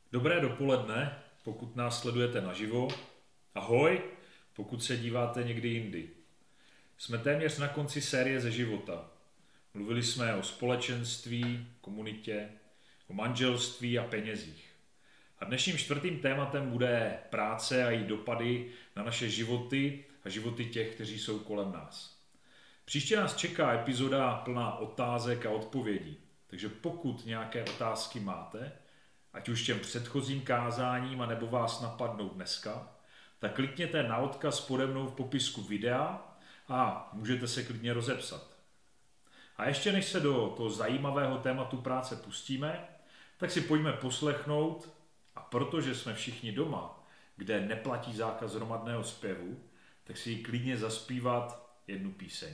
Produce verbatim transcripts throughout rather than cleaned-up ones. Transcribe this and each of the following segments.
Dobré dopoledne, pokud nás sledujete naživo. Ahoj, pokud se díváte někdy jindy. Jsme téměř na konci série ze života. Mluvili jsme o společenství, komunitě, o manželství a penězích. A dnešním čtvrtým tématem bude práce a její dopady na naše životy a životy těch, kteří jsou kolem nás. Příště nás čeká epizoda plná otázek a odpovědí. Takže pokud nějaké otázky máte, ať už těm předchozím kázáním, anebo vás napadnou dneska, tak klikněte na odkaz pode mnou v popisku videa a můžete se klidně rozepsat. A ještě než se do toho zajímavého tématu práce pustíme, tak si pojďme poslechnout, a protože jsme všichni doma, kde neplatí zákaz hromadného zpěvu, tak si ji klidně zaspívat jednu píseň.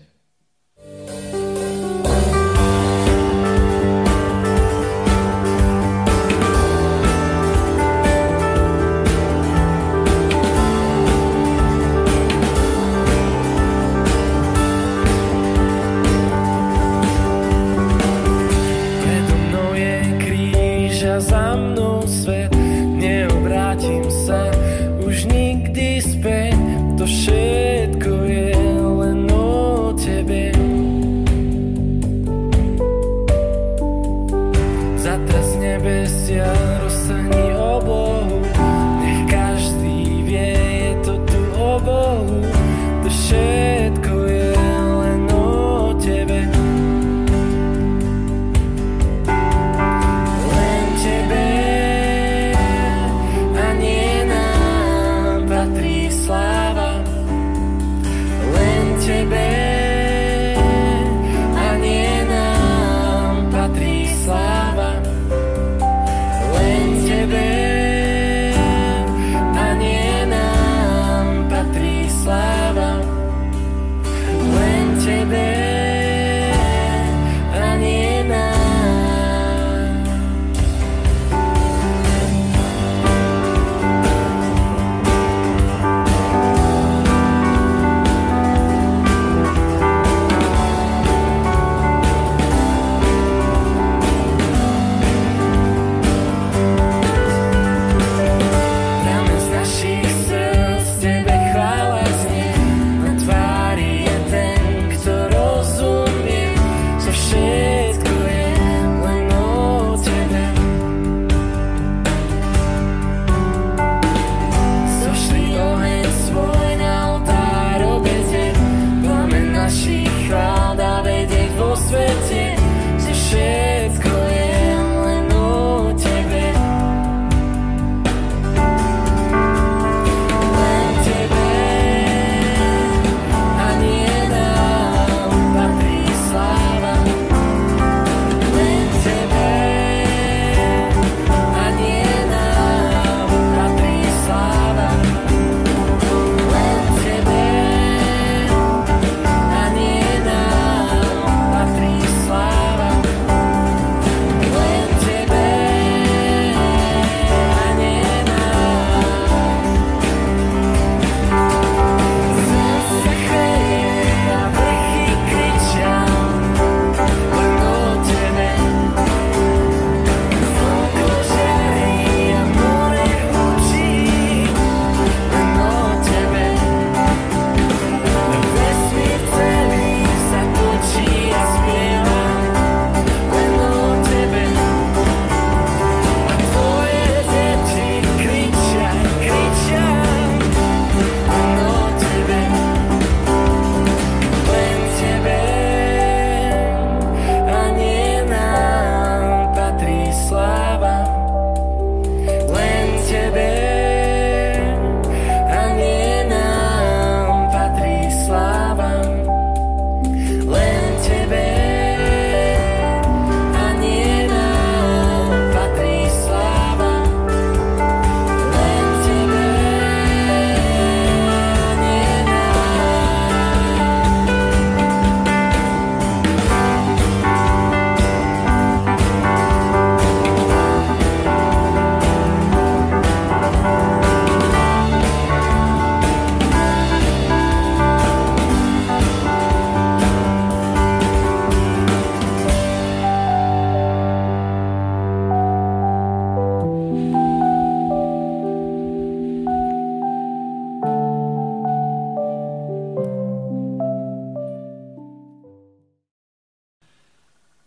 Za mnou svet, neobrátim sa už nikdy späť, to všetko je len o tebe.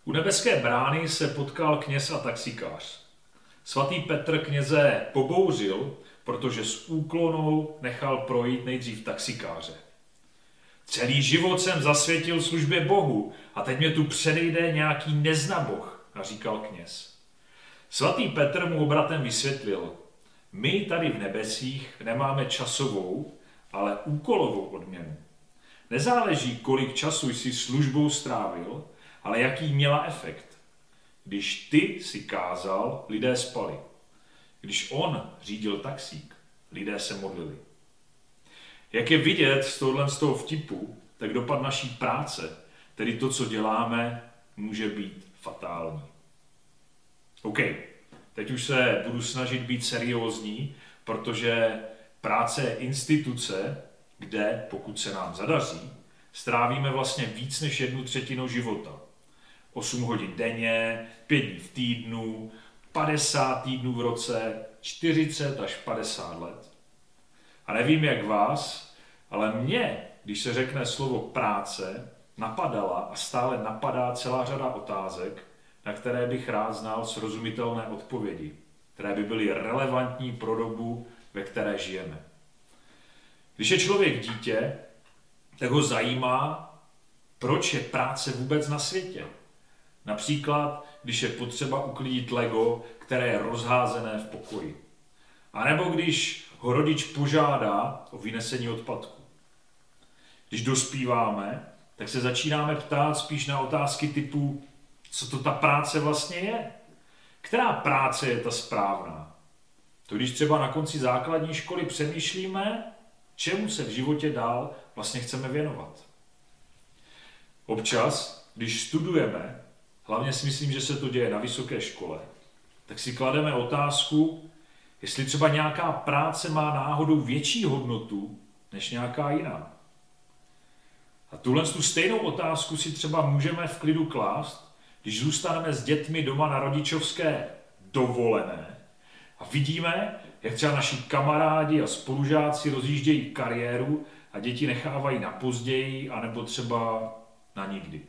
U nebeské brány se potkal kněz a taxikář. Svatý Petr kněze pobouřil, protože s úklonou nechal projít nejdřív taxikáře. Celý život jsem zasvětil službě Bohu a teď mě tu předejde nějaký neznaboh, naříkal kněz. Svatý Petr mu obratem vysvětlil, my tady v nebesích nemáme časovou, ale úkolovou odměnu. Nezáleží, kolik času jsi službou strávil, ale jaký měla efekt. Když ty si kázal, lidé spali. Když on řídil taxík, lidé se modlili. Jak je vidět z tohohle z toho vtipu, tak dopad naší práce, tedy to, co děláme, může být fatální. OK, teď už se budu snažit být seriózní, protože práce je instituce, kde, pokud se nám zadaří, strávíme vlastně víc než jednu třetinu života. osm hodin denně, pět dní v týdnu, padesát týdnů v roce, čtyřicet až padesát let. A nevím jak vás, ale mě, když se řekne slovo práce, napadala a stále napadá celá řada otázek, na které bych rád znal srozumitelné odpovědi, které by byly relevantní pro dobu, ve které žijeme. Když je člověk dítě, tak ho zajímá, proč je práce vůbec na světě. Například, když je potřeba uklidit Lego, které je rozházené v pokoji. A nebo když ho rodič požádá o vynesení odpadku. Když dospíváme, tak se začínáme ptát spíš na otázky typu, co to ta práce vlastně je? Která práce je ta správná? To když třeba na konci základní školy přemýšlíme, čemu se v životě dál vlastně chceme věnovat. Občas, když studujeme, hlavně si myslím, že se to děje na vysoké škole, tak si klademe otázku, jestli třeba nějaká práce má náhodou větší hodnotu než nějaká jiná. A tuhle tu stejnou otázku si třeba můžeme v klidu klást, když zůstaneme s dětmi doma na rodičovské dovolené a vidíme, jak třeba naši kamarádi a spolužáci rozjíždějí kariéru a děti nechávají na později anebo třeba na nikdy.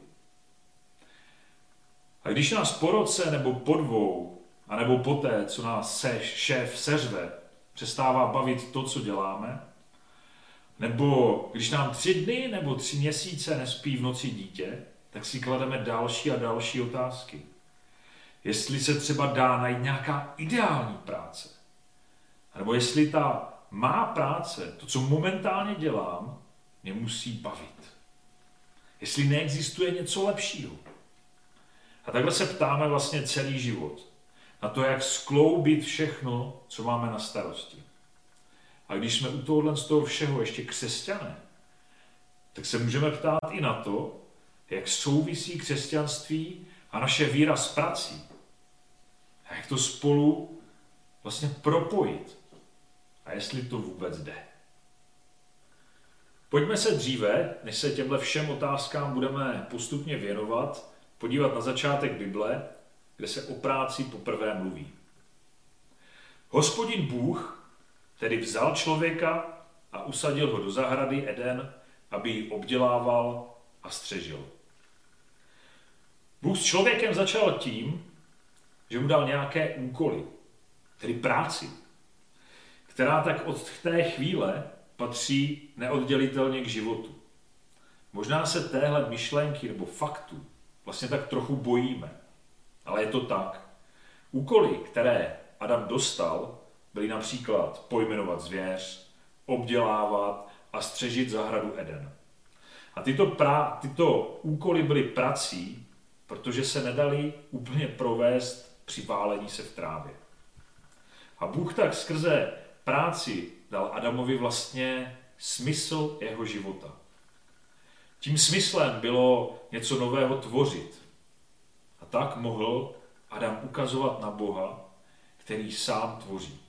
A když nás po roce nebo po dvou, anebo poté, co nás se, šéf seřve, přestává bavit to, co děláme, nebo když nám tři dny nebo tři měsíce nespí v noci dítě, tak si klademe další a další otázky. Jestli se třeba dá najít nějaká ideální práce, nebo jestli ta má práce, to, co momentálně dělám, mě musí bavit. Jestli neexistuje něco lepšího. A takhle se ptáme vlastně celý život. Na to, jak skloubit všechno, co máme na starosti. A když jsme u tohohle z toho všeho ještě křesťané, tak se můžeme ptát i na to, jak souvisí křesťanství a naše víra s prací. A jak to spolu vlastně propojit. A jestli to vůbec jde. Pojďme se dříve, než se těmhle všem otázkám budeme postupně věnovat, podívat na začátek Bible, kde se o práci poprvé mluví. Hospodin Bůh tedy vzal člověka a usadil ho do zahrady Eden, aby ji obdělával a střežil. Bůh s člověkem začal tím, že mu dal nějaké úkoly, tedy práci, která tak od té chvíle patří neoddělitelně k životu. Možná se téhle myšlenky nebo faktu vlastně tak trochu bojíme, ale je to tak. Úkoly, které Adam dostal, byly například pojmenovat zvěř, obdělávat a střežit zahradu Eden. A tyto, pra, tyto úkoly byly prací, protože se nedali úplně provést při válení se v trávě. A Bůh tak skrze práci dal Adamovi vlastně smysl jeho života. Tím smyslem bylo něco nového tvořit. A tak mohl Adam ukazovat na Boha, který sám tvoří.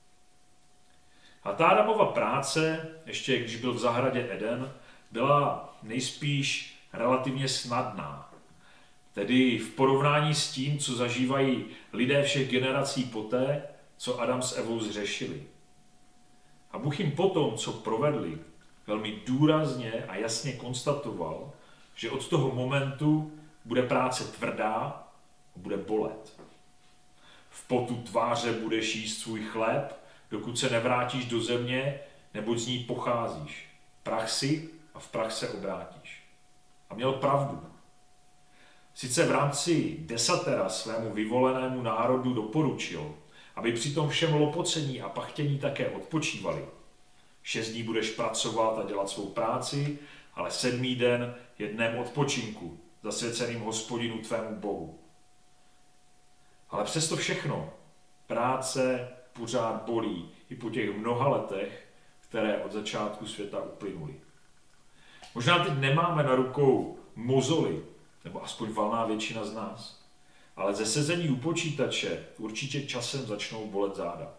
A ta Adamova práce, ještě když byl v zahradě Eden, byla nejspíš relativně snadná. Tedy v porovnání s tím, co zažívají lidé všech generací poté, co Adam s Evou zřešili. A Bůh jim potom, co provedli, velmi důrazně a jasně konstatoval, že od toho momentu bude práce tvrdá a bude bolet. V potu tváře budeš jíst svůj chléb, dokud se nevrátíš do země, neboť z ní pocházíš. Prach si a v prach se obrátíš. A měl pravdu. Sice v rámci desatera svému vyvolenému národu doporučil, aby při tom všem lopocení a pachtění také odpočívali. Šest dní budeš pracovat a dělat svou práci, ale sedmý den je dnem odpočinku, zasvěceným Hospodinu tvému Bohu. Ale přesto všechno, práce pořád bolí i po těch mnoha letech, které od začátku světa uplynuly. Možná teď nemáme na rukou mozoly, nebo aspoň valná většina z nás, ale ze sezení u počítače určitě časem začnou bolet záda.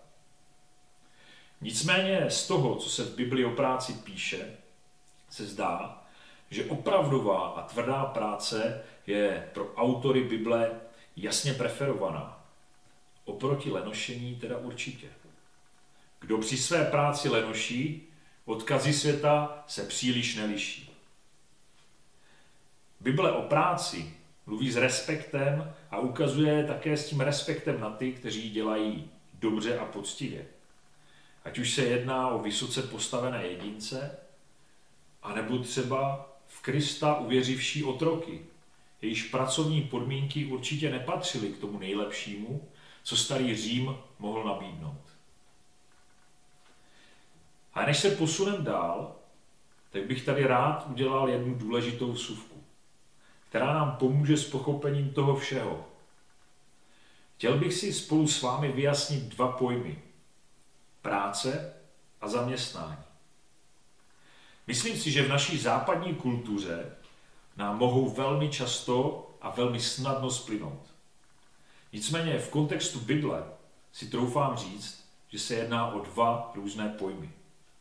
Nicméně z toho, co se v Bibli o práci píše, se zdá, že opravdová a tvrdá práce je pro autory Bible jasně preferovaná. Oproti lenošení teda určitě. Kdo při své práci lenoší, odkazy světa se příliš neliší. Bible o práci mluví s respektem a ukazuje také s tím respektem na ty, kteří dělají dobře a poctivě. Ať už se jedná o vysoce postavené jedince, anebo třeba v Krista uvěřivší otroky, jejichž pracovní podmínky určitě nepatřily k tomu nejlepšímu, co starý Řím mohl nabídnout. A než se posunem dál, tak bych tady rád udělal jednu důležitou vsuvku, která nám pomůže s pochopením toho všeho. Chtěl bych si spolu s vámi vyjasnit dva pojmy. Práce a zaměstnání. Myslím si, že v naší západní kultuře nám mohou velmi často a velmi snadno splynout. Nicméně v kontextu Bible si troufám říct, že se jedná o dva různé pojmy.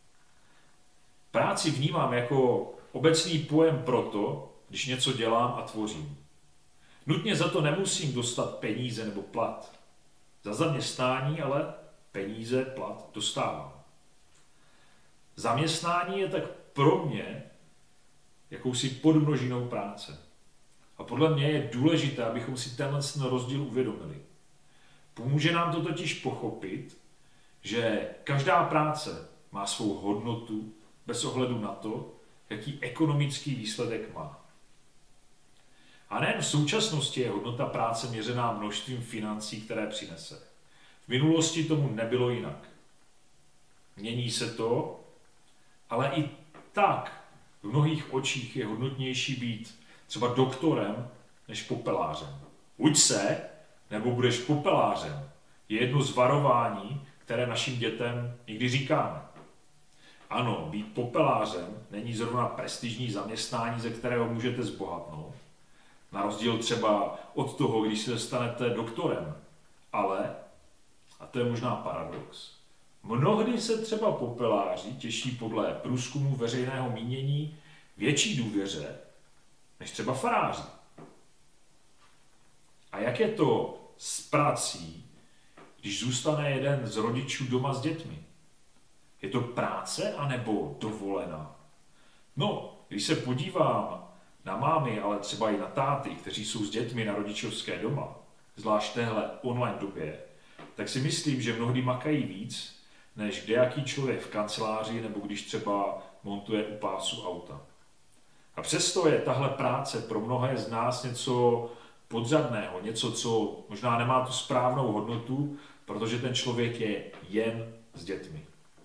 Práci vnímám jako obecný pojem proto, když něco dělám a tvořím. Nutně za to nemusím dostat peníze nebo plat. Za zaměstnání ale peníze, plat dostávám. Zaměstnání je tak pro mě jakousi podmnožinou práce. A podle mě je důležité, abychom si tenhle rozdíl uvědomili. Pomůže nám to totiž pochopit, že každá práce má svou hodnotu bez ohledu na to, jaký ekonomický výsledek má. A nejen v současnosti je hodnota práce měřená množstvím financí, které přinese. V minulosti tomu nebylo jinak. Mění se to, ale i tak v mnohých očích je hodnotnější být třeba doktorem než popelářem. Uč se, nebo budeš popelářem, je jedno z varování, které našim dětem někdy říkáme. Ano, být popelářem není zrovna prestižní zaměstnání, ze kterého můžete zbohatnout, na rozdíl třeba od toho, když se stanete doktorem. Ale, a to je možná paradox, mnohdy se třeba popeláři těší podle průzkumu veřejného mínění větší důvěře než třeba faráři. A jak je to s prací, když zůstane jeden z rodičů doma s dětmi? Je to práce anebo dovolená? No, když se podívám na mámy, ale třeba i na táty, kteří jsou s dětmi na rodičovské doma, zvlášť v téhle online době, tak si myslím, že mnohdy makají víc, než kdejaký člověk v kanceláři nebo když třeba montuje u pásu auta. A přesto je tahle práce pro mnohé z nás něco podřadného, něco, co možná nemá tu správnou hodnotu, protože ten člověk je jen s dětmi.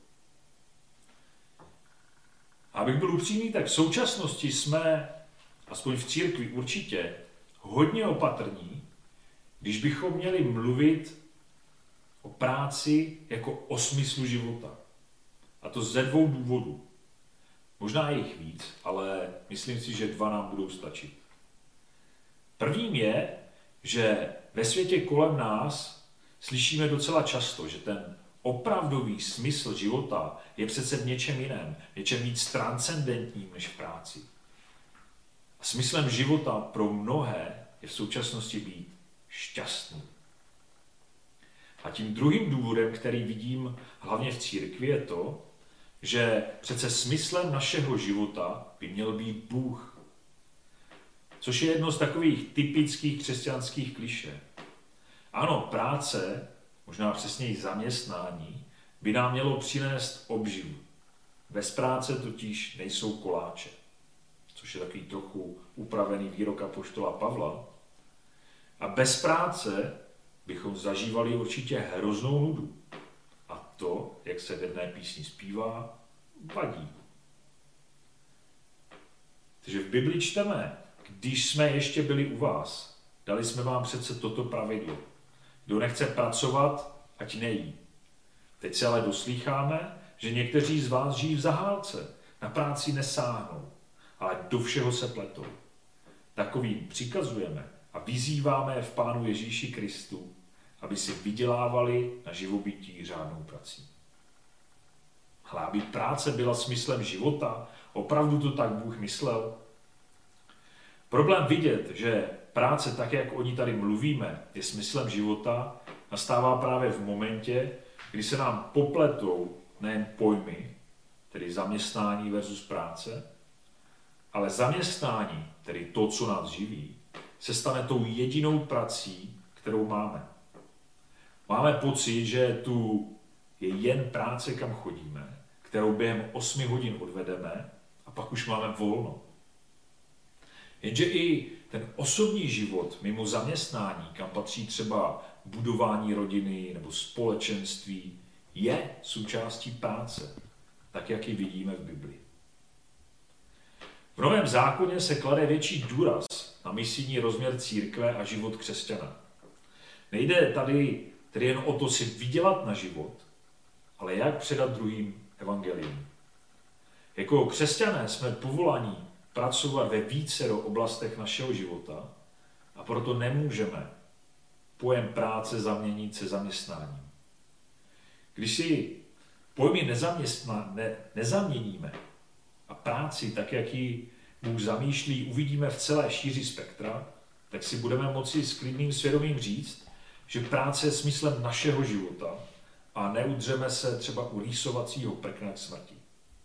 Abych byl upřímný, tak v současnosti jsme, aspoň v církvi určitě, hodně opatrní, když bychom měli mluvit o práci jako o smyslu života. A to ze dvou důvodů. Možná je jich víc, ale myslím si, že dva nám budou stačit. Prvním je, že ve světě kolem nás slyšíme docela často, že ten opravdový smysl života je přece v něčem jiném, něčem víc transcendentním než v práci. A smyslem života pro mnohé je v současnosti být šťastný. A tím druhým důvodem, který vidím hlavně v církvi, je to, že přece smyslem našeho života by měl být Bůh. což je jedno z takových typických křesťanských klišé. Ano, práce, možná přesněji zaměstnání, by nám mělo přinést obživu. Bez práce totiž nejsou koláče, což je takový trochu upravený výrok apoštola Pavla. A bez práce bychom zažívali určitě hroznou nudu. A to, jak se v jedné písni zpívá, vadí. Takže v Bibli čteme, když jsme ještě byli u vás, dali jsme vám přece toto pravidlo. Kdo nechce pracovat, ať nejí. Teď se ale doslýcháme, že někteří z vás žijí v zahálce, na práci nesáhnou, ale do všeho se pletou. Takovým přikazujeme a vyzýváme v Pánu Ježíši Kristu, aby si vydělávali na živobytí řádnou prací. Ale aby práce byla smyslem života, opravdu to tak Bůh myslel? Problém vidět, že práce, tak jak o ní tady mluvíme, je smyslem života, nastává právě v momentě, kdy se nám popletou nejen pojmy, tedy zaměstnání versus práce, ale zaměstnání, tedy to, co nás živí, se stane tou jedinou prací, kterou máme. Máme pocit, že tu je jen práce, kam chodíme, kterou během osmi hodin odvedeme a pak už máme volno. Jenže i ten osobní život mimo zaměstnání, kam patří třeba budování rodiny nebo společenství, je součástí práce, tak jak ji vidíme v Bibli. V Novém zákoně se klade větší důraz na misijní rozměr církve a život křesťana. Nejde tady tedy jen o to si vydělat na život, ale jak předat druhým evangelium. Jako křesťané jsme povolaní pracovat ve vícero oblastech našeho života a proto nemůžeme pojem práce zaměnit se zaměstnáním. Když si pojmy nezaměstna, ne, nezaměníme a práci, tak jak ji Bůh zamýšlí, uvidíme v celé šíři spektra, tak si budeme moci s klidným svědomím říct, že práce je smyslem našeho života a neudřeme se třeba u rýsovacího prkna k smrti.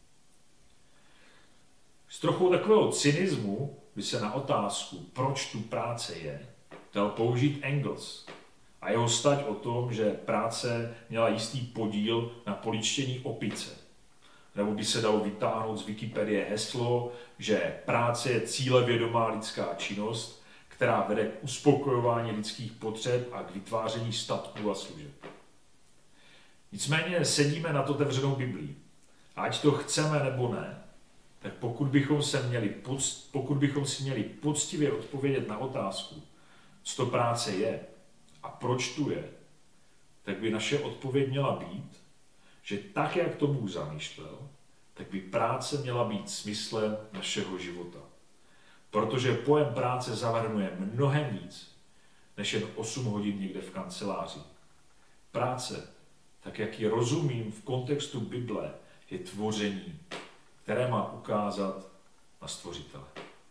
S trochou takového cynismu by se na otázku, proč tu práce je, dal použít Engels a jeho stať o tom, že práce měla jistý podíl na polidštění opice. Nebo by se dalo vytáhnout z Wikipedie heslo, že práce je cílevědomá lidská činnost, která vede k uspokojování lidských potřeb a k vytváření statků a služeb. Nicméně sedíme nad otevřenou Biblí. Ať to chceme nebo ne, tak pokud bychom, se měli, pokud bychom si měli poctivě odpovědět na otázku, co to práce je a proč tu je, tak by naše odpověď měla být, že tak, jak to Bůh zamýšlel, tak by práce měla být smyslem našeho života. Protože pojem práce zahrnuje mnohem víc, než jen osm hodin někde v kanceláři. Práce, tak jak ji rozumím v kontextu Bible, je tvoření, které má ukázat na Stvořitele.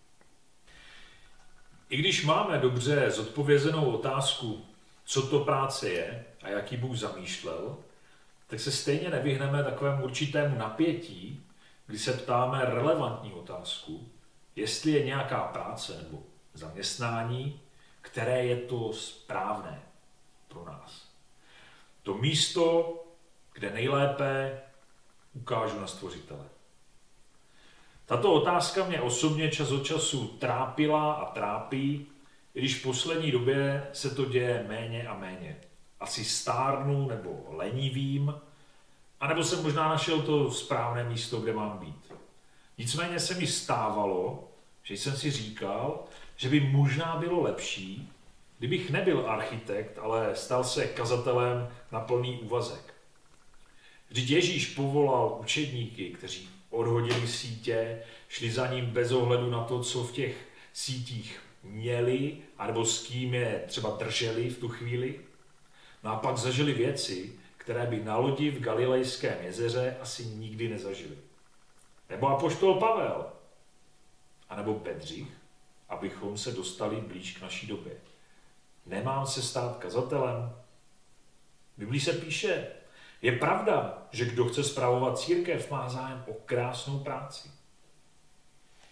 I když máme dobře zodpovězenou otázku, co to práce je a jaký Bůh zamýšlel, tak se stejně nevyhneme takovému určitému napětí, kdy se ptáme relevantní otázku, jestli je nějaká práce nebo zaměstnání, které je to správné pro nás. To místo, kde nejlépe ukážu na Stvořitele. Tato otázka mě osobně čas od času trápila a trápí, i když v poslední době se to děje méně a méně. Asi stárnu nebo lenivým, anebo jsem možná našel to správné místo, kde mám být. Nicméně se mi stávalo, že jsem si říkal, že by možná bylo lepší, kdybych nebyl architekt, ale stal se kazatelem na plný úvazek. Vždyť Ježíš povolal učedníky, kteří odhodili sítě, šli za ním bez ohledu na to, co v těch sítích měli, anebo s kým je třeba drželi v tu chvíli. No a pak zažili věci, které by na lodi v Galilejském jezeře asi nikdy nezažili. Nebo apoštol Pavel, anebo Bedřich, abychom se dostali blíž k naší době. Nemám se stát kazatelem? V Biblii se píše, je pravda, že kdo chce spravovat církev, má zájem o krásnou práci.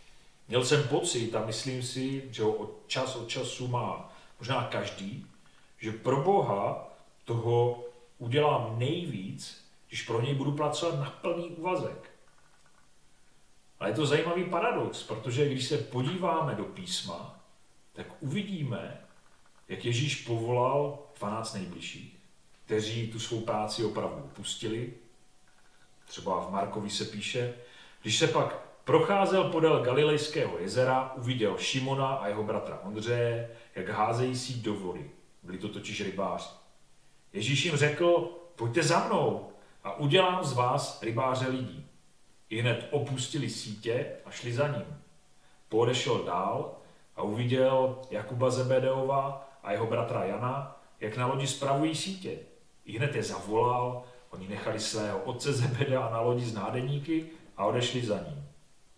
Měl jsem pocit a myslím si, že ho od čas od času má možná každý, že pro Boha toho udělám nejvíc, když pro něj budu pracovat na plný úvazek. A je to zajímavý paradox, protože když se podíváme do písma, tak uvidíme, jak Ježíš povolal dvanáct nejbližších, kteří tu svou práci opravdu opustili. Třeba v Markovi se píše, když se pak procházel podél Galilejského jezera, uviděl Šimona a jeho bratra Ondřeje, jak házejí síť do vody. Byli to totiž rybáři. Ježíš jim řekl, pojďte za mnou a udělám z vás rybáře lidí. I hned opustili sítě a šli za ním. Poodešel dál a uviděl Jakuba Zebedeova a jeho bratra Jana, jak na lodi spravují sítě. I hned je zavolal, oni nechali svého otce Zebedea na lodi s nádeníky a odešli za ním.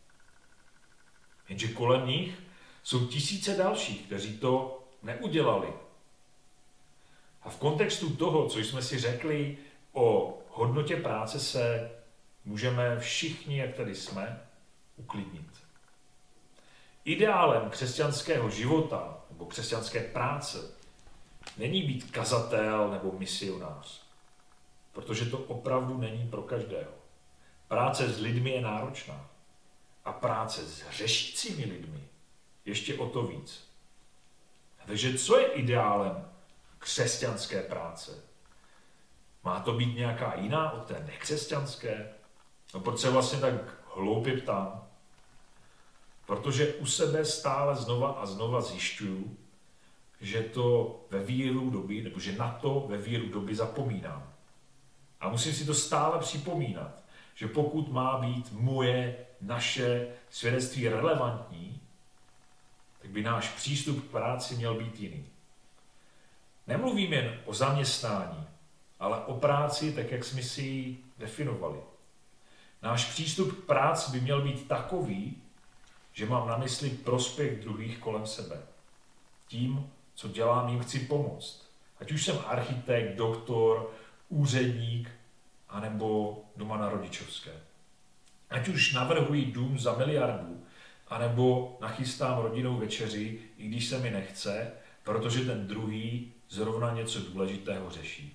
Jenže kolem nich jsou tisíce dalších, kteří to neudělali. A v kontextu toho, co jsme si řekli o hodnotě práce, se můžeme všichni, jak tady jsme, uklidnit. Ideálem křesťanského života nebo křesťanské práce není být kazatel nebo misionář, protože to opravdu není pro každého. Práce s lidmi je náročná a práce s hřešícími lidmi ještě o to víc. Takže co je ideálem křesťanské práce? Má to být nějaká jiná od té nekřesťanské? No proč se vlastně tak hloupě ptám? Protože u sebe stále znova a znova zjišťuju, že to ve víru doby, nebo že na to ve víru doby zapomínám. A musím si to stále připomínat, že pokud má být moje, naše svědectví relevantní, tak by náš přístup k práci měl být jiný. Nemluvím jen o zaměstnání, ale o práci, tak jak jsme si ji definovali. Náš přístup k práci by měl být takový, že mám na mysli prospěch druhých kolem sebe. Tím, co dělám, jim chci pomoct. Ať už jsem architekt, doktor, úředník, anebo doma na rodičovské. Ať už navrhuji dům za miliardu, anebo nachystám rodinnou večeři, i když se mi nechce, protože ten druhý zrovna něco důležitého řeší.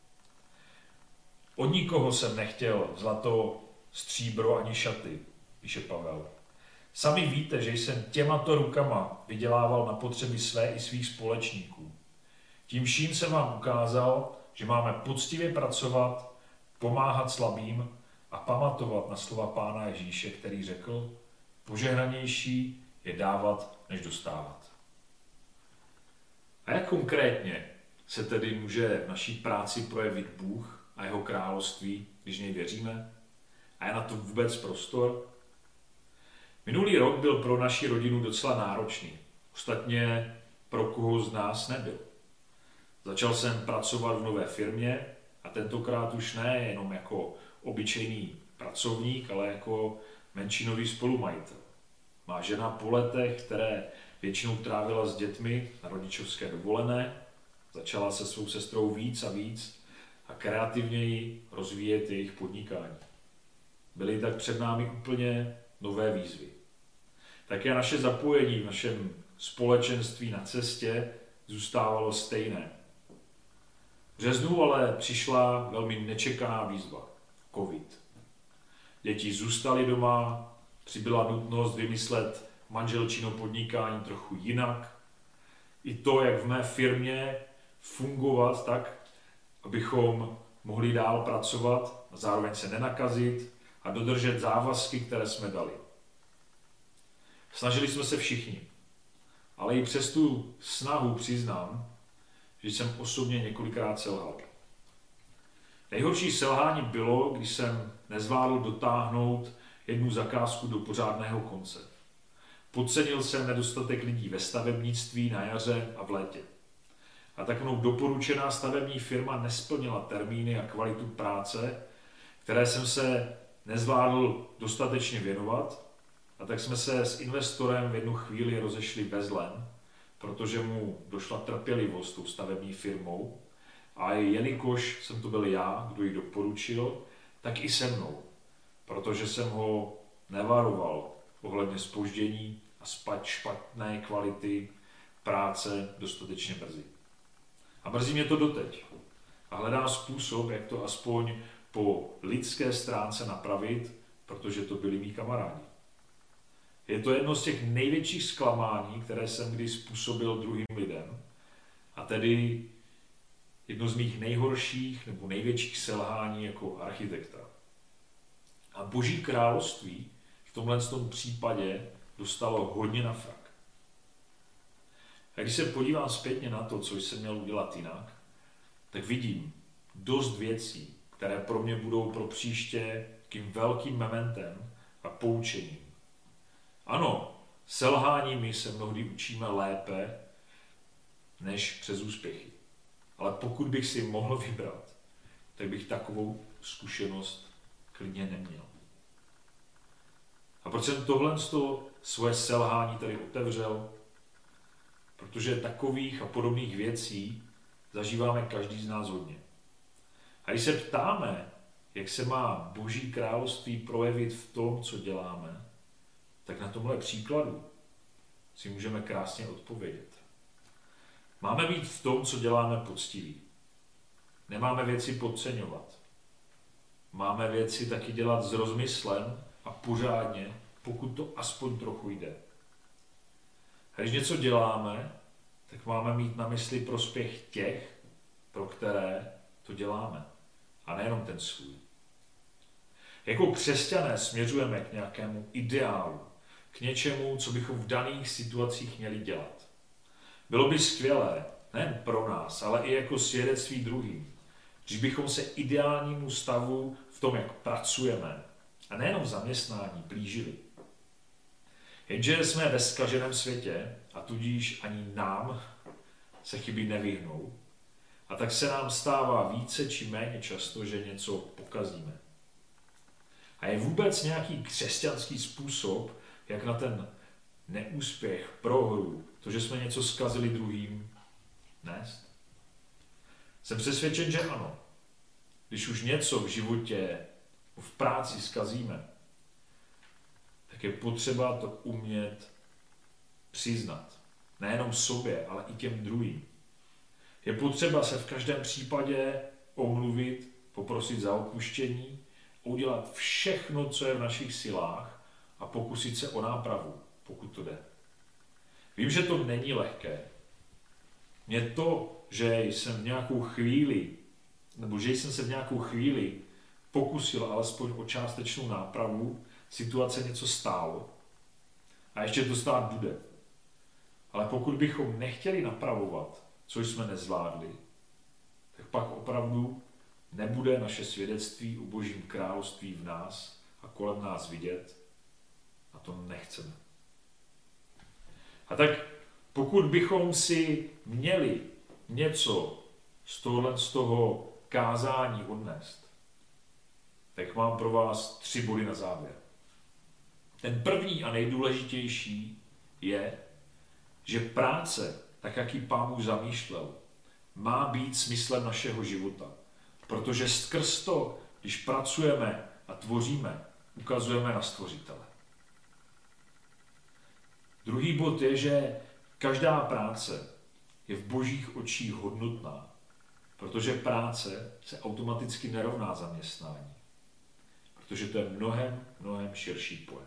Od nikoho jsem nechtěl zlato, stříbro ani šaty, píše Pavel. Sami víte, že jsem těmato rukama vydělával na potřeby své i svých společníků. Tím vším jsem vám ukázal, že máme poctivě pracovat, pomáhat slabým a pamatovat na slova Pána Ježíše, který řekl, požehnanější je dávat, než dostávat. A jak konkrétně se tedy může v naší práci projevit Bůh a jeho království, když něj věříme? A je na to vůbec prostor? Minulý rok byl pro naši rodinu docela náročný. Ostatně pro koho z nás nebyl. Začal jsem pracovat v nové firmě a tentokrát už ne jenom jako obyčejný pracovník, ale jako menšinový spolumajitel. Má žena po letech, které většinou trávila s dětmi na rodičovské dovolené, začala se svou sestrou víc a víc a kreativněji rozvíjet jejich podnikání. Byly tak před námi úplně nové výzvy. Také naše zapojení v našem společenství na cestě zůstávalo stejné. V březnu ale přišla velmi nečekaná výzva. Covid. Děti zůstaly doma, přibyla nutnost vymyslet manželčino podnikání trochu jinak. I to, jak v mé firmě fungovat tak, abychom mohli dál pracovat a zároveň se nenakazit a dodržet závazky, které jsme dali. Snažili jsme se všichni, ale i přes tu snahu přiznám, že jsem osobně několikrát selhal. Nejhorší selhání bylo, když jsem nezvládl dotáhnout jednu zakázku do pořádného konce. Podcenil jsem nedostatek lidí ve stavebnictví na jaře a v létě. A tak mnou doporučená stavební firma nesplnila termíny a kvalitu práce, které jsem se nezvládl dostatečně věnovat, a tak jsme se s investorem v jednu chvíli rozešli bez len, protože mu došla trpělivost tou stavební firmou a jelikož jsem to byl já, kdo ji doporučil, tak i se mnou, protože jsem ho nevaroval ohledně zpoždění a špatné kvality práce dostatečně brzy. A mrzí mě to doteď. A hledám způsob, jak to aspoň po lidské stránce napravit, protože to byli mý kamarádi. Je to jedno z těch největších zklamání, které jsem kdy způsobil druhým lidem, a tedy jedno z mých nejhorších nebo největších selhání jako architekta. A Boží království v tomhle tom případě dostalo hodně na frak. A když se podívám zpětně na to, co jsem měl udělat jinak, tak vidím dost věcí, které pro mě budou pro příště takým velkým mementem a poučením. Ano, selháními se mnohdy učíme lépe než přes úspěchy. Ale pokud bych si mohl vybrat, tak bych takovou zkušenost klidně neměl. A proč jsem tohle z toho svoje selhání tady otevřel? Protože takových a podobných věcí zažíváme každý z nás hodně. A když se ptáme, jak se má Boží království projevit v tom, co děláme, tak na tomhle příkladu si můžeme krásně odpovědět. Máme být v tom, co děláme, poctiví. Nemáme věci podceňovat. Máme věci taky dělat s rozmyslem a pořádně, pokud to aspoň trochu jde. A když něco děláme, tak máme mít na mysli prospěch těch, pro které to děláme. A nejenom ten svůj. Jako křesťané směřujeme k nějakému ideálu, k něčemu, co bychom v daných situacích měli dělat. Bylo by skvělé, nejen pro nás, ale i jako svědectví druhým, když bychom se ideálnímu stavu v tom, jak pracujeme, a nejenom v zaměstnání, blížili. Jenže jsme ve zkaženém světě a tudíž ani nám se chyby nevyhnou. A tak se nám stává více či méně často, že něco pokazíme. A je vůbec nějaký křesťanský způsob, jak na ten neúspěch, prohru, to, že jsme něco zkazili druhým, nést? Jsem přesvědčen, že ano. Když už něco v životě, v práci zkazíme, tak je potřeba to umět přiznat. Nejenom sobě, ale i těm druhým. Je potřeba se v každém případě omluvit, poprosit za odpuštění, udělat všechno, co je v našich silách a pokusit se o nápravu, pokud to jde. Vím, že to není lehké. Mě to, že jsem v nějakou chvíli, nebo že jsem se v nějakou chvíli pokusil alespoň o částečnou nápravu, situace něco stálo a ještě to stát bude. Ale pokud bychom nechtěli napravovat, což jsme nezvládli, tak pak opravdu nebude naše svědectví o Božím království v nás a kolem nás vidět a to nechceme. A tak pokud bychom si měli něco z tohohle z toho kázání odnést, tak mám pro vás tři body na závěr. Ten první a nejdůležitější je, že práce, tak jak ji Pán Bůh zamýšlel, má být smyslem našeho života. Protože skrz to, když pracujeme a tvoříme, ukazujeme na Stvořitele. Druhý bod je, že každá práce je v Božích očích hodnotná, protože práce se automaticky nerovná zaměstnání. Protože to je mnohem, mnohem širší pojem.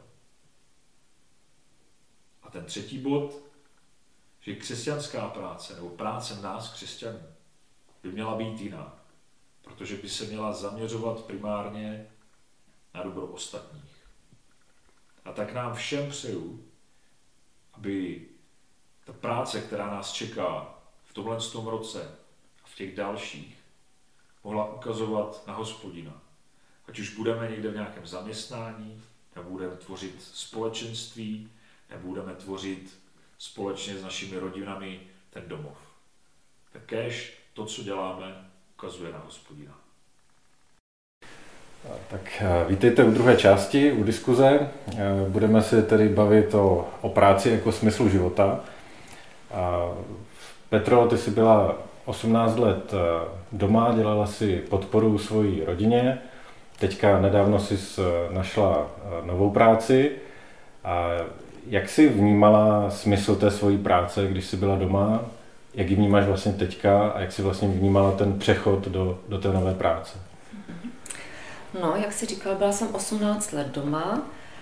A ten třetí bod, že křesťanská práce, nebo práce nás, křesťanů, by měla být jiná. Protože by se měla zaměřovat primárně na dobro ostatních. A tak nám všem přeju, aby ta práce, která nás čeká v tomhle tom roce a v těch dalších, mohla ukazovat na Hospodina. Ať už budeme někde v nějakém zaměstnání, nebo budeme tvořit společenství, nebo budeme tvořit společně s našimi rodinami ten domov. Tak kéž to, co děláme, ukazuje na Hospodina. Tak vítejte u druhé části, u diskuze. Budeme se tedy bavit o, o práci jako smyslu života. Petro, ty jsi byla osmnáct let doma, dělala si podporu svojí rodině. Teďka nedávno jsi našla novou práci. A jak jsi vnímala smysl té svojí práce, když jsi byla doma? Jak ji vnímáš vlastně teďka a jak jsi vlastně vnímala ten přechod do, do té nové práce? No, jak jsi říkal, byla jsem osmnáct let doma.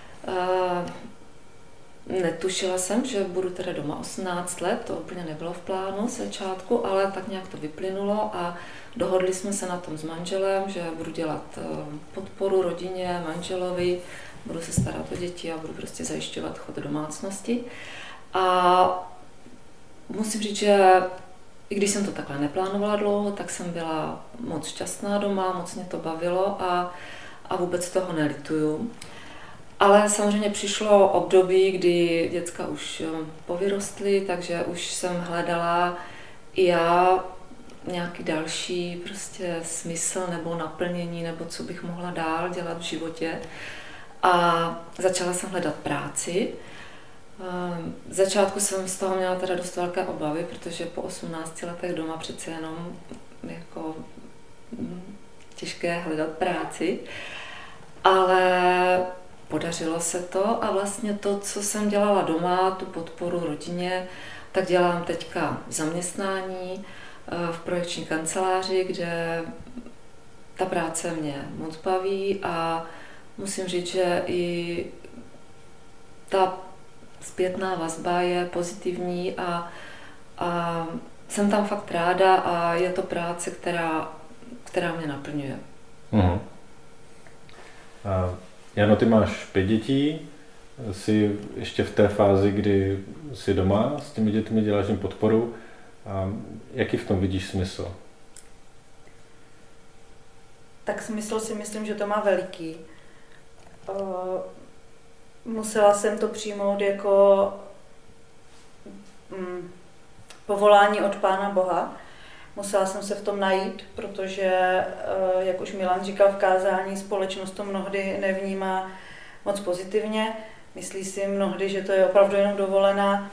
Netušila jsem, že budu teda doma osmnáct let, to úplně nebylo v plánu z začátku, ale tak nějak to vyplynulo a dohodli jsme se na tom s manželem, že budu dělat podporu rodině, manželovi, budu se starat o děti a budu prostě zajišťovat chod domácnosti. A musím říct, že i když jsem to takhle neplánovala dlouho, tak jsem byla moc šťastná doma, moc mě to bavilo a, a vůbec toho nelituju. Ale samozřejmě přišlo období, kdy děcka už povyrostly, takže už jsem hledala i já nějaký další prostě smysl nebo naplnění, nebo co bych mohla dál dělat v životě. A začala jsem hledat práci. V začátku jsem z toho měla teda dost velké obavy, protože po osmnácti letech doma přece jenom jako těžké hledat práci. Ale podařilo se to a vlastně to, co jsem dělala doma, tu podporu rodině, tak dělám teďka v zaměstnání, v projekční kanceláři, kde ta práce mě moc baví a musím říct, že i ta zpětná vazba je pozitivní a, a jsem tam fakt ráda a je to práce, která, která mě naplňuje. Mhm. A Jano, ty máš pět dětí, jsi ještě v té fázi, kdy jsi doma s těmi dětmi, děláš jim podporu. A jaký v tom vidíš smysl? Tak smysl si myslím, že to má veliký. Musela jsem to přijmout jako mm, povolání od Pána Boha. Musela jsem se v tom najít, protože, jak už Milan říkal v kázání, společnost to mnohdy nevnímá moc pozitivně. Myslí si mnohdy, že to je opravdu jenom dovolená.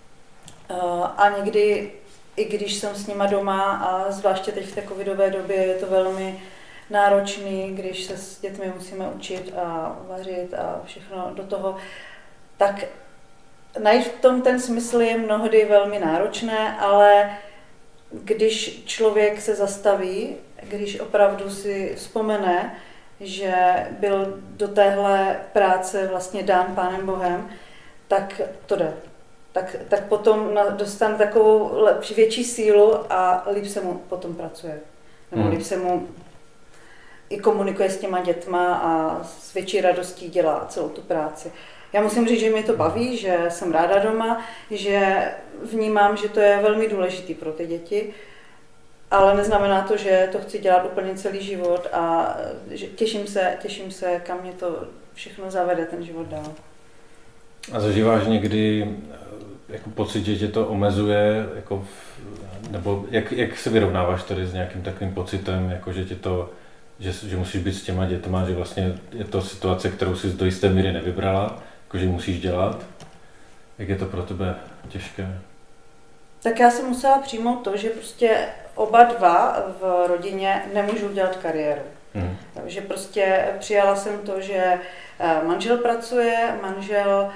A někdy, i když jsem s nima doma, a zvláště teď v té covidové době, je to velmi náročný, když se s dětmi musíme učit a vařit a všechno do toho, tak najít v tom ten smysl je mnohdy velmi náročné, ale když člověk se zastaví, když opravdu si vzpomene, že byl do téhle práce vlastně dán Pánem Bohem, tak to jde. Tak, tak potom dostane takovou lepší, větší sílu a líp se mu potom pracuje. Nebo hmm. líp se mu i komunikuje s těma dětma a s větší radostí dělá celou tu práci. Já musím říct, že mě to baví, že jsem ráda doma, že vnímám, že to je velmi důležitý pro ty děti, ale neznamená to, že to chci dělat úplně celý život a že těším se, těším se, kam mě to všechno zavede ten život dál. A zažíváš někdy jako pocit, že tě to omezuje, jako v, nebo jak, jak se vyrovnáváš tady s nějakým takovým pocitem, jako že tě to, že, že musíš být s těma dětma, že vlastně je to situace, kterou jsi do jisté míry nevybrala, jako že musíš dělat. Jak je to pro tebe těžké? Tak já jsem musela přijmout to, že prostě oba dva v rodině nemůžou dělat kariéru. Hmm. Takže prostě přijala jsem to, že manžel pracuje, manžel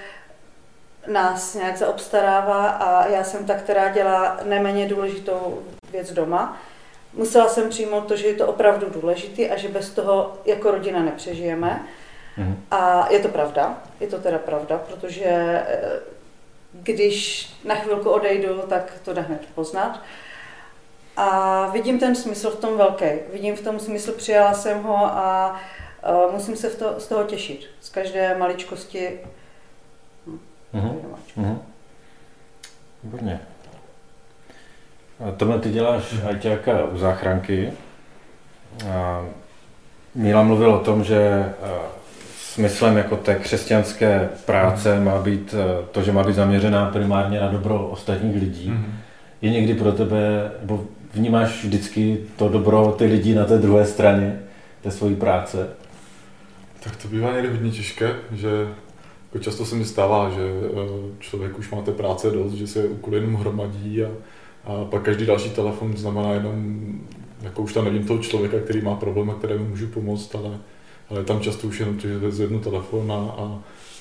nás nějak zaobstarává a já jsem ta, která dělá neméně důležitou věc doma. Musela jsem přijmout to, že je to opravdu důležitý a že bez toho jako rodina nepřežijeme. Mm. A je to pravda, je to teda pravda, protože když na chvilku odejdu, tak to jde hned poznat. A vidím ten smysl v tom velký. Vidím v tom smysl, přijala jsem ho a uh, musím se v to, z toho těšit. Z každé maličkosti. Mm-hmm. Mm-hmm. Výborně. Tohle ty děláš ajťáka u záchranky. A Míla mluvil o tom, že smyslem jako té křesťanské práce má být to, že má být zaměřená primárně na dobro ostatních lidí. Mm-hmm. Je někdy pro tebe, nebo vnímáš vždycky to dobro ty lidí na té druhé straně té svojí práce? Tak to bývá někdy hodně těžké, že jako často se mi stává, že člověk už má té práce dost, že se úkoly jenom hromadí a, a pak každý další telefon znamená jenom, jako už tam nevím toho člověka, který má problém a kterému můžu pomoct, ale, ale tam často už jenom to, že zvednu telefon a, a,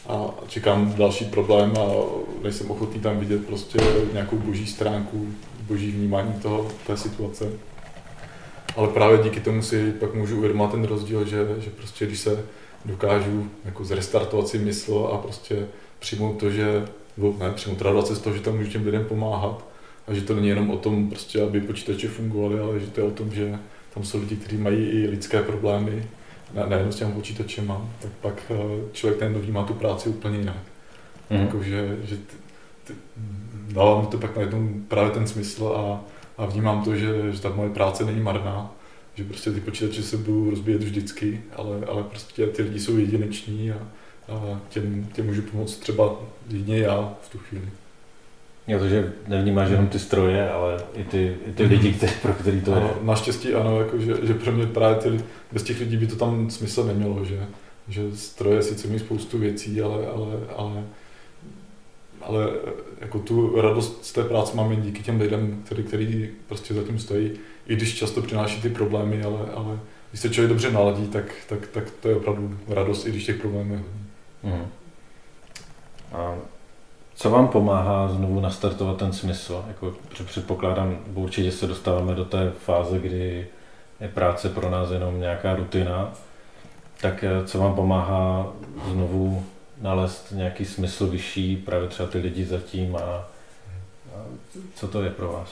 a čekám další problém a nejsem ochotný tam vidět prostě nějakou boží stránku, boží vnímání toho, té situace. Ale právě díky tomu si pak můžu uvědomit ten rozdíl, že, že prostě když se dokážu jako zrestartovat si mysl a prostě přijmout to, že, ne, přijmout radovat se z toho, že tam můžu těm lidem pomáhat a že to není jenom o tom, prostě, aby počítače fungovaly, ale že to je o tom, že tam jsou lidi, kteří mají i lidské problémy, ne, nejenom s těmi počítačema, tak pak člověk ten vnímá tu práci úplně jinak. Mm. Jako, že, že ty, ty, dává mi to pak najednou právě ten smysl a, a vnímám to, že, že ta moje práce není marná, že prostě ty počítače se budou rozbíjet vždycky, ale, ale prostě ty lidi jsou jedineční a, a těm, těm můžu pomoct třeba jedině já v tu chvíli. Jo, takže nevnímáš jenom ty stroje, ale i ty, i ty lidi, který, pro který to ano, je. Naštěstí ano, jako, že, že pro mě právě ty, bez těch lidí by to tam smysl nemělo, že, že stroje sice mají spoustu věcí, ale, ale, ale, ale jako tu radost z té práce mám jen díky těm lidem, který, který prostě za tím stojí, i když často přináší ty problémy, ale, ale když se člověk dobře naladí, tak, tak, tak to je opravdu radost, i když těch problémů je hodně. Mm. A co vám pomáhá znovu nastartovat ten smysl? Jako předpokládám, určitě se dostáváme do té fáze, kdy je práce pro nás jenom nějaká rutina. Tak co vám pomáhá znovu nalézt nějaký smysl vyšší, právě třeba ty lidi zatím a, a co to je pro vás?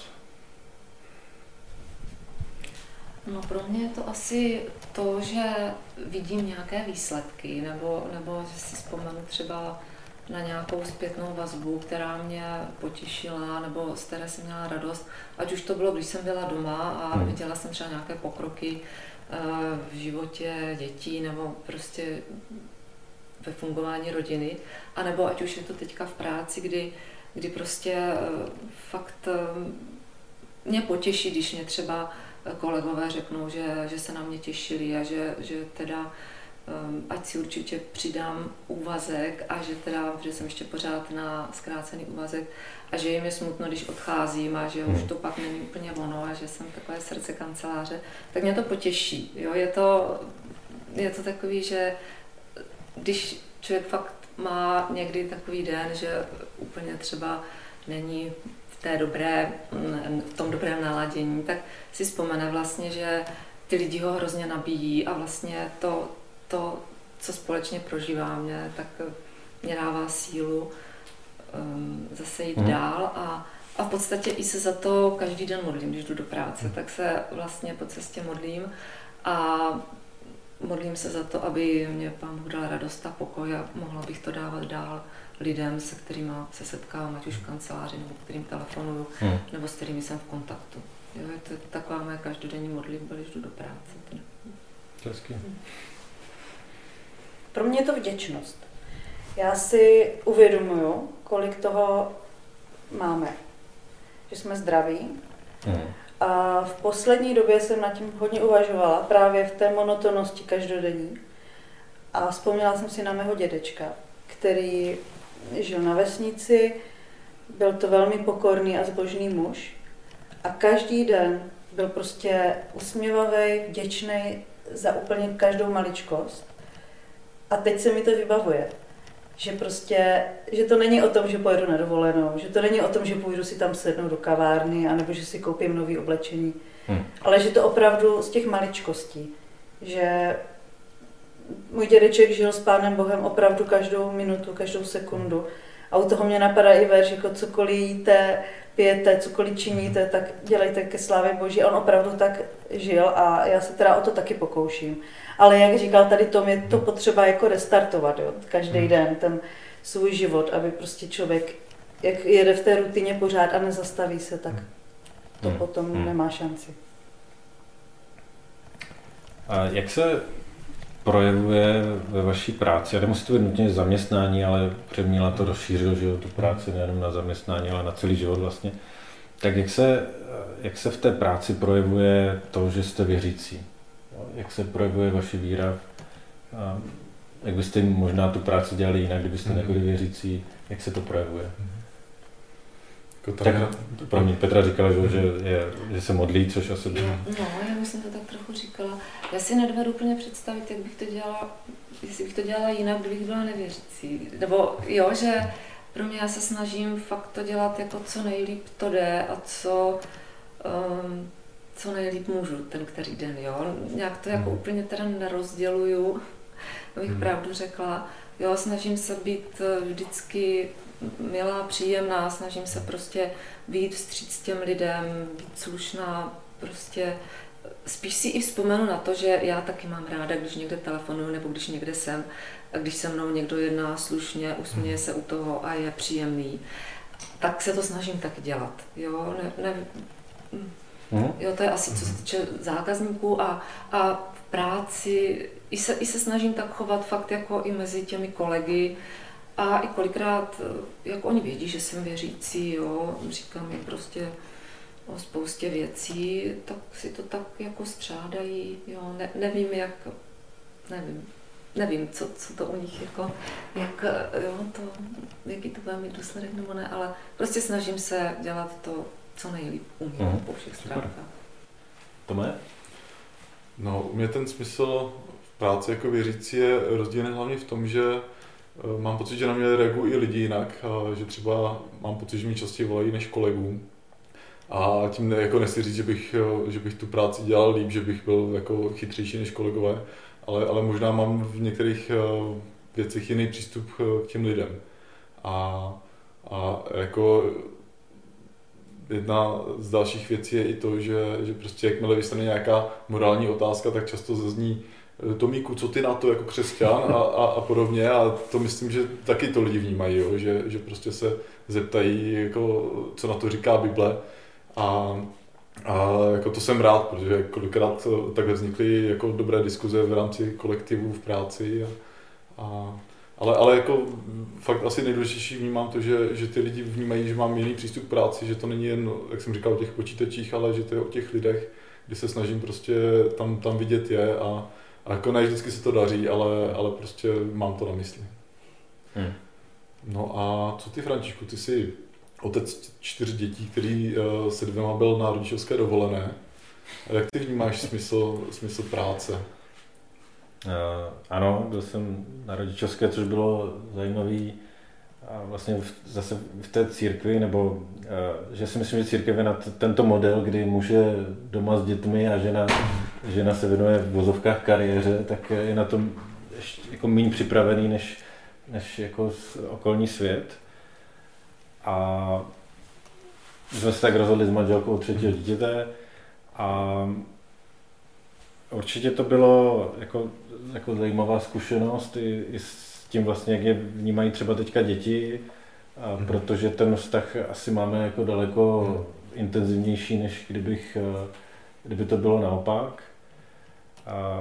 No pro mě je to asi to, že vidím nějaké výsledky, nebo, nebo že si vzpomenu třeba na nějakou zpětnou vazbu, která mě potěšila, nebo z které jsem měla radost. Ať už to bylo, když jsem byla doma a hmm. viděla jsem třeba nějaké pokroky v životě dětí, nebo prostě ve fungování rodiny, anebo ať už je to teďka v práci, kdy, kdy prostě fakt mě potěší, když mě třeba kolegové řeknou, že, že se na mě těšili a že, že teda ať si určitě přidám úvazek a že teda, že jsem ještě pořád na zkrácený úvazek a že jim je smutno, když odcházím a že už to pak není úplně ono a že jsem takové srdce kanceláře, tak mě to potěší. Jo? Je to, je to takový, že když člověk fakt má někdy takový den, že úplně třeba není v té dobré, v tom dobrém naladění, tak si vzpomene vlastně, že ty lidi ho hrozně nabíjí a vlastně to, to, co společně prožíváme, tak mě dává sílu um, zase jít mm. dál a, a v podstatě i se za to každý den modlím, když jdu do práce, mm. tak se vlastně po cestě modlím a modlím se za to, aby mě Pán Bůh dal radost a pokoj a mohla bych to dávat dál lidem, se kterými se setkávám, ať už v kanceláři, nebo kterým telefonuju, mm. nebo s kterými jsem v kontaktu. Jo, je to taková moje každodenní modlitba, když jdu do práce. Hezky. Mm. Pro mě je to vděčnost. Já si uvědomuju, kolik toho máme. Že jsme zdraví. Mm. A v poslední době jsem nad tím hodně uvažovala, právě v té monotonnosti každodenní. A vzpomněla jsem si na mého dědečka, který žil na vesnici, byl to velmi pokorný a zbožný muž. A každý den byl prostě usměvavý, vděčný za úplně každou maličkost. A teď se mi to vybavuje, že prostě, že to není o tom, že pojedu na dovolenou, že to není o tom, že půjdu si tam sednout do kavárny, anebo že si koupím nový oblečení, hmm. ale že to opravdu z těch maličkostí, že můj dědeček žil s Pánem Bohem opravdu každou minutu, každou sekundu a u toho mě napadá i verš, jako cokoliv jíte, pijete, cokoliv činíte, tak dělejte ke slávě Boží. On opravdu tak žil a já se teda o to taky pokouším. Ale jak říkal tady Tom, je to potřeba jako restartovat, jo? Každý den ten svůj život, aby prostě člověk, jak jede v té rutině pořád a nezastaví se, tak to hmm. potom hmm. nemá šanci. A jak se projevuje ve vaší práci? A nemusí to být nutně zaměstnání, ale Přemíla to rozšířil, že jo, tu práci nejenom na zaměstnání, ale na celý život vlastně. Tak jak se, jak se v té práci projevuje to, že jste věřící? Jak se projevuje vaše víra? A jak byste možná tu práci dělali jinak, kdybyste nebyli věřící? Jak se to projevuje? Jako tak, pro mě Petra říkala, že, že, je, že se modlí, což asi bylo. No, já jsem to tak trochu říkala. Já si nedovedu úplně představit, jak bych to dělala, jestli bych to dělala jinak, kdybych byla nevěřící. Nebo jo, že pro mě já se snažím fakt to dělat jako co nejlíp to jde a co, um, co nejlíp můžu ten který den, jo. Nějak to jako úplně teda nerozděluju, abych hmm. pravdu řekla. Jo, snažím se být vždycky milá, příjemná, snažím se prostě být vstříc těm lidem, být slušná, prostě spíš si i vzpomenu na to, že já taky mám ráda, když někde telefonuju nebo když někde jsem, a když se mnou někdo jedná slušně, usměje se u toho a je příjemný, tak se to snažím taky dělat, jo, ne, ne, jo, to je asi co se týče zákazníků a, a v práci i se, i se snažím tak chovat fakt jako i mezi těmi kolegy a i kolikrát, jak oni vědí, že jsem věřící, jo, říkám jim prostě o spoustě věcí, tak si to tak jako střádají, jo, ne, nevím jak, nevím, nevím, co, co to u nich jako, jak, jo, to, jaký to bude mít důsledek nebo ne, ale prostě snažím se dělat to, co nejlíp umím mm. po všech stránkách. Tome? No, u mě ten smysl v práci jako věřící je rozdílný hlavně v tom, že mám pocit, že na mě reagují i lidi jinak, že třeba mám pocit, že mi častěji volají než kolegům. A tím ne, jako nechci říct, že bych, že bych tu práci dělal líp, že bych byl jako chytřejší než kolegové, ale, ale možná mám v některých věcech jiný přístup k těm lidem. A, a jako jedna z dalších věcí je i to, že, že prostě jakmile vystane nějaká morální otázka, tak často zazní Tomíku, co ty na to jako křesťan a, a, a podobně, a to myslím, že taky to lidi vnímají, jo? Že, že prostě se zeptají, jako, co na to říká Bible, a, a jako to jsem rád, protože kolikrát takhle vznikly jako dobré diskuze v rámci kolektivů v práci, a, a, ale, ale jako fakt asi nejdůležitější vnímám to, že, že ty lidi vnímají, že mám jiný přístup k práci, že to není jen, jak jsem říkal, o těch počítačích, ale že to je o těch lidech, kdy se snažím prostě tam, tam vidět je, a A jako ne vždycky se to daří, ale, ale prostě mám to na mysli. Hmm. No a co ty, Františku, ty jsi otec čtyř dětí, který uh, se dvěma byl na rodičovské dovolené. A jak ty vnímáš smysl, smysl práce? Uh, ano, byl jsem na rodičovské, což bylo zajímavé. A vlastně v, zase v té církvi, nebo uh, že si myslím, že církev je na t- tento model, kdy muž je doma s dětmi a žena, žena se věnuje v vozovkách kariéře, tak je na tom ještě jako méně připravený než, než jako okolní svět. A jsme se tak rozhodli s manželkou o třetího dítěte a určitě to bylo jako, jako zajímavá zkušenost i, i s tím vlastně, jak je vnímají třeba teďka děti, a mm. protože ten vztah asi máme jako daleko mm. intenzivnější, než kdybych, kdyby to bylo naopak. A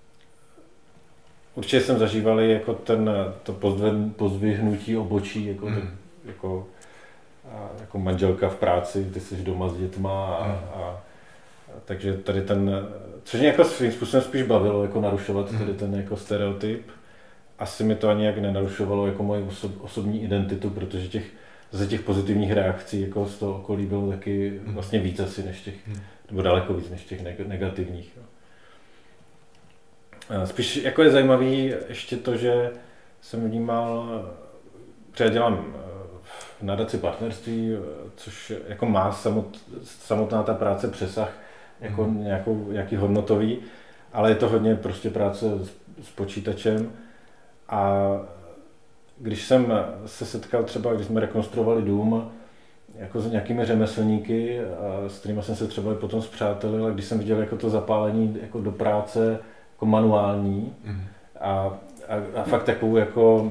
určitě jsem zažíval jako ten, to pozdvihnutí obočí, jako, mm. tak, jako, a, jako manželka v práci, ty jsi doma s dětma a, mm. a, a takže tady ten, což mě jako svým způsobem spíš bavilo, jako narušovat mm. tady ten jako stereotyp. Asi mi to ani jak nenarušovalo jako moji osob, osobní identitu, protože těch, ze těch pozitivních reakcí jako z toho okolí bylo taky vlastně víc asi než těch, nebo daleko víc než těch negativních. Spíš jako je zajímavý ještě to, že jsem vnímal, že já dělám v nadaci partnerství, což jako má samot, samotná ta práce přesah jako mm. nějakou, nějaký hodnotový, ale je to hodně prostě práce s, s počítačem. A když jsem se setkal třeba, když jsme rekonstruovali dům jako s nějakými řemeslníky, a s kterými jsem se třeba potom spřátelil, a když jsem viděl jako to zapálení jako do práce jako manuální mm. a, a, a fakt takovou jako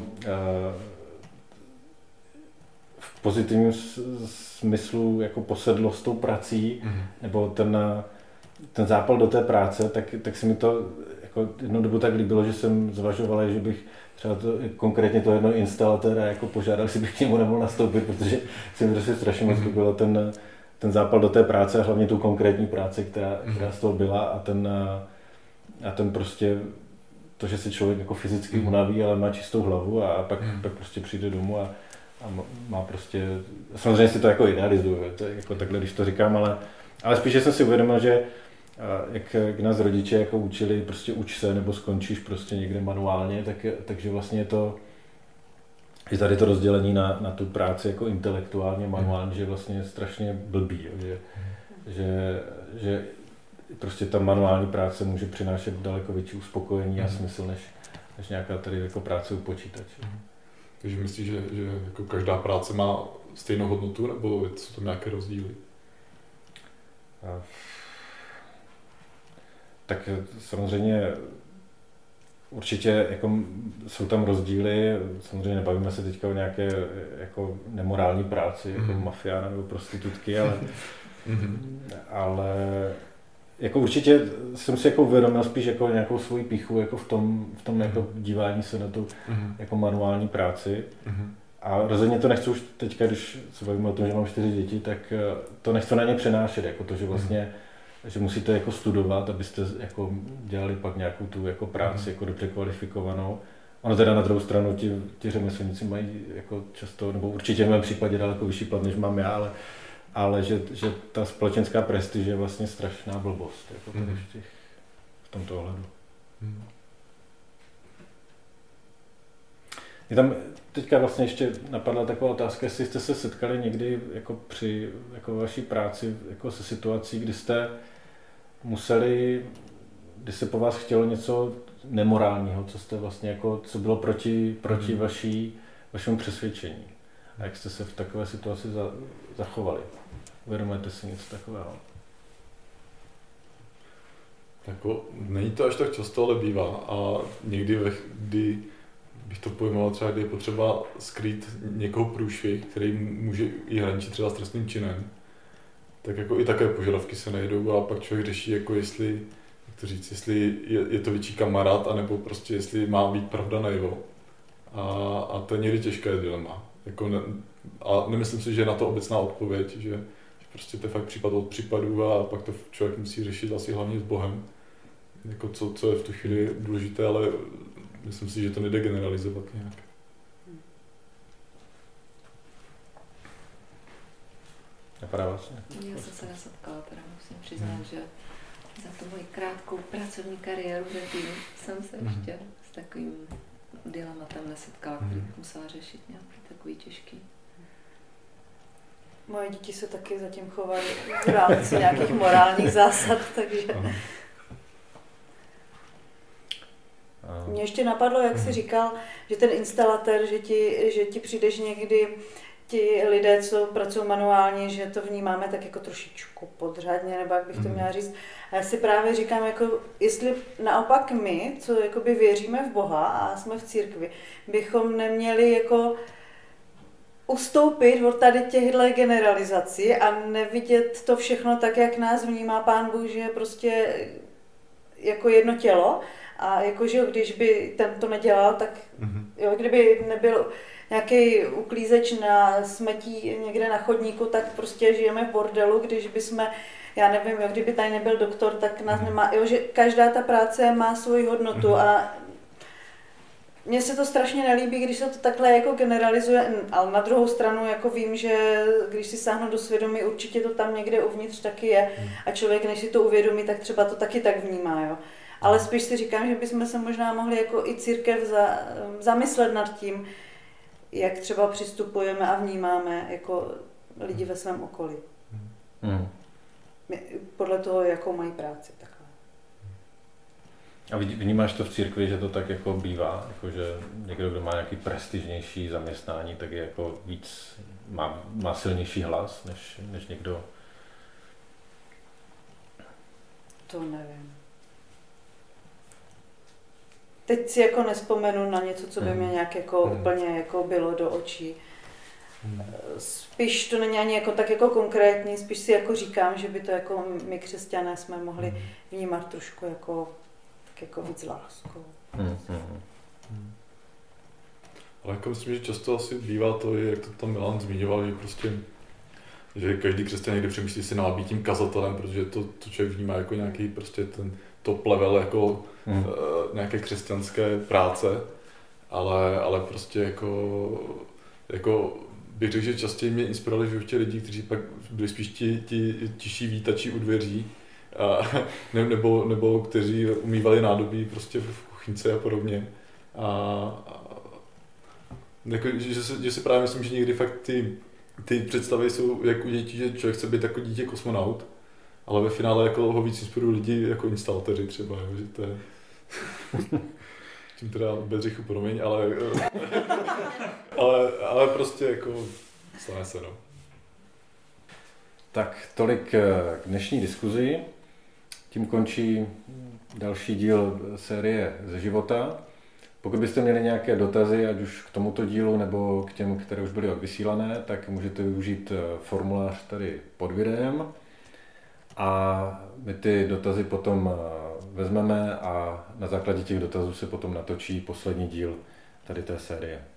v pozitivním smyslu jako posedlost tou prací, mm. nebo ten, ten zápal do té práce, tak, tak se mi to jako jednou dobu tak líbilo, že jsem zvažoval, že bych třeba to, konkrétně to jedno instalatéra jako požádal, jestli bych k němu nemohl nastoupit, protože si mi prostě strašně moc líbilo ten, ten zápal do té práce a hlavně tu konkrétní práci, která, která z toho byla, a ten, a ten prostě to, že se člověk jako fyzicky unaví, ale má čistou hlavu, a pak, pak prostě přijde domů a, a má prostě, samozřejmě si to jako idealizuju, to jako takhle, když to říkám, ale, ale spíš jsem si uvědomil, že jak, jak nás rodiče jako učili, prostě uč se nebo skončíš prostě někde manuálně, tak, takže vlastně je to, je tady to rozdělení na, na tu práci jako intelektuálně, manuálně, že vlastně je strašně blbý, jo, že, že, že prostě ta manuální práce může přinášet daleko větší uspokojení a smysl, než, než nějaká tady jako práce u počítače. Takže myslíš, že, že jako každá práce má stejnou hodnotu, nebo jsou tam nějaké rozdíly? A, tak samozřejmě určitě jako jsou tam rozdíly, samozřejmě nebavíme se teďka o nějaké jako nemorální práci, jako mm. mafiána nebo prostitutky, ale, ale jako určitě jsem si jako uvědomil spíš jako nějakou svoji píchu jako v tom, v tom jako dívání se na tu jako manuální práci. A rozhodně to nechci už teďka, když se bavíme o tom, že mám čtyři děti, tak to nechci na ně přenášet, jako to, že vlastně že musíte jako studovat, abyste jako dělali pak nějakou tu jako práci jako dobře kvalifikovanou. Ono teda na druhou stranu ti, ti řemeslníci mají jako často, nebo určitě v mém případě daleko vyšší plat, než mám já, ale, ale že, že ta společenská prestiž je vlastně strašná blbost jako tady v, těch, v tomto ohledu. Je tam teďka vlastně ještě napadla taková otázka, jestli jste se setkali někdy jako při jako vaší práci jako se situací, kdy jste museli, kdy se po vás chtělo něco nemorálního, co jste vlastně jako, co bylo proti, proti vaší, vašemu přesvědčení. A jak jste se v takové situaci za, zachovali? Uvědomujete si něco takového? Jako, není to až tak často, ale bývá. A někdy, ve, kdy bych to pojmenoval třeba, kdy je potřeba skrýt někoho průšvih, který může i hraničit třeba s trestným činem, tak jako i také požadavky se najdou a pak člověk řeší, jako jestli, jak to říct, jestli je, je to větší kamarád, anebo prostě jestli má být pravda na jeho. A, a to je někdy těžké dilema. Jako ne, a nemyslím si, že je na to obecná odpověď, že, že prostě to je fakt případ od případů a pak to člověk musí řešit asi hlavně s Bohem. Jako co, co je v tu chvíli důležité, ale myslím si, že to nejde generalizovat nějak. Napadá vlastně? Já jsem se nesetkala, teda musím přiznat, hmm. že za tu moji krátkou pracovní kariéru zatím jsem se hmm. ještě s takovým dilematem nesetkala, který bych musela řešit nějaký takový těžký. Moje děti se taky zatím chovají v rámci nějakých morálních zásad, takže... Mně ještě napadlo, jak jsi říkal, že ten instalatér, že ti, že ti přijdeš někdy, ti lidé, co pracují manuálně, že to vnímáme tak jako trošičku podřadně, nebo jak bych to měla říct. A já si právě říkám, jako, jestli naopak my, co jakoby věříme v Boha a jsme v církvi, bychom neměli jako ustoupit od tady těchto generalizací a nevidět to všechno tak, jak nás vnímá Pán Bůh, že je prostě jako jedno tělo. A jakože když by ten to nedělal, tak jo, kdyby nebyl nějaký uklízeč na smetí někde na chodníku, tak prostě žijeme v bordelu, když bychom, já nevím, jo, kdyby tady nebyl doktor, tak nás nemá, jo, že každá ta práce má svoji hodnotu a mně se to strašně nelíbí, když se to takhle jako generalizuje, ale na druhou stranu jako vím, že když si sáhnu do svědomí, určitě to tam někde uvnitř taky je a člověk, než si to uvědomí, tak třeba to taky tak vnímá, jo. Ale spíš si říkám, že bychom se možná mohli jako i církev za, zamyslet nad tím, jak třeba přistupujeme a vnímáme jako lidi ve svém okolí. Hmm. Podle toho, jakou mají práci. Takhle. A vnímáš to v církvi, že to tak jako bývá? Jako, že někdo, kdo má nějaký prestižnější zaměstnání, tak je jako víc, má, má silnější hlas, než, než někdo? To nevím. Teď si jako nespomenu na něco, co by mě nějak jako hmm. úplně jako bylo do očí. Hmm. Spíš to není ani jako tak jako konkrétní, spíš si jako říkám, že by to jako my křesťané jsme mohli vnímat trošku jako, tak jako víc láskou. Hmm. Hmm. Ale jako myslím, že často asi bývá to, jak to tam Milan zmiňoval, že prostě že každý křesťan někdy přemýšlí si má být tím kazatelem, protože to, to člověk vnímá jako nějaký prostě ten top level jako hmm. uh, nějaké křesťanské práce, ale, ale prostě jako, jako bych řekl, že častěji mě inspirovali v životě lidi, kteří pak byli spíš ti, ti tiší vítači u dveří, a, ne, nebo, nebo kteří umývali nádobí prostě v kuchyňce a podobně. A, a jako, že, se, že si právě myslím, že někdy fakt ty, ty představy jsou jak u dětí, že člověk chce být jako dítě kosmonaut, ale ve finále jako ho víc inspirují lidi jako instalatéři třeba, jo, že to je... Tím teda Bedřichu promiň, ale, ale, ale prostě jako stane se, no. Tak tolik k dnešní diskuzi. Tím končí další díl série Ze života. Pokud byste měli nějaké dotazy, ať už k tomuto dílu nebo k těm, které už byly odvysílané, tak můžete využít formulář tady pod videem. A my ty dotazy potom vezmeme a na základě těch dotazů se potom natočí poslední díl tady té série.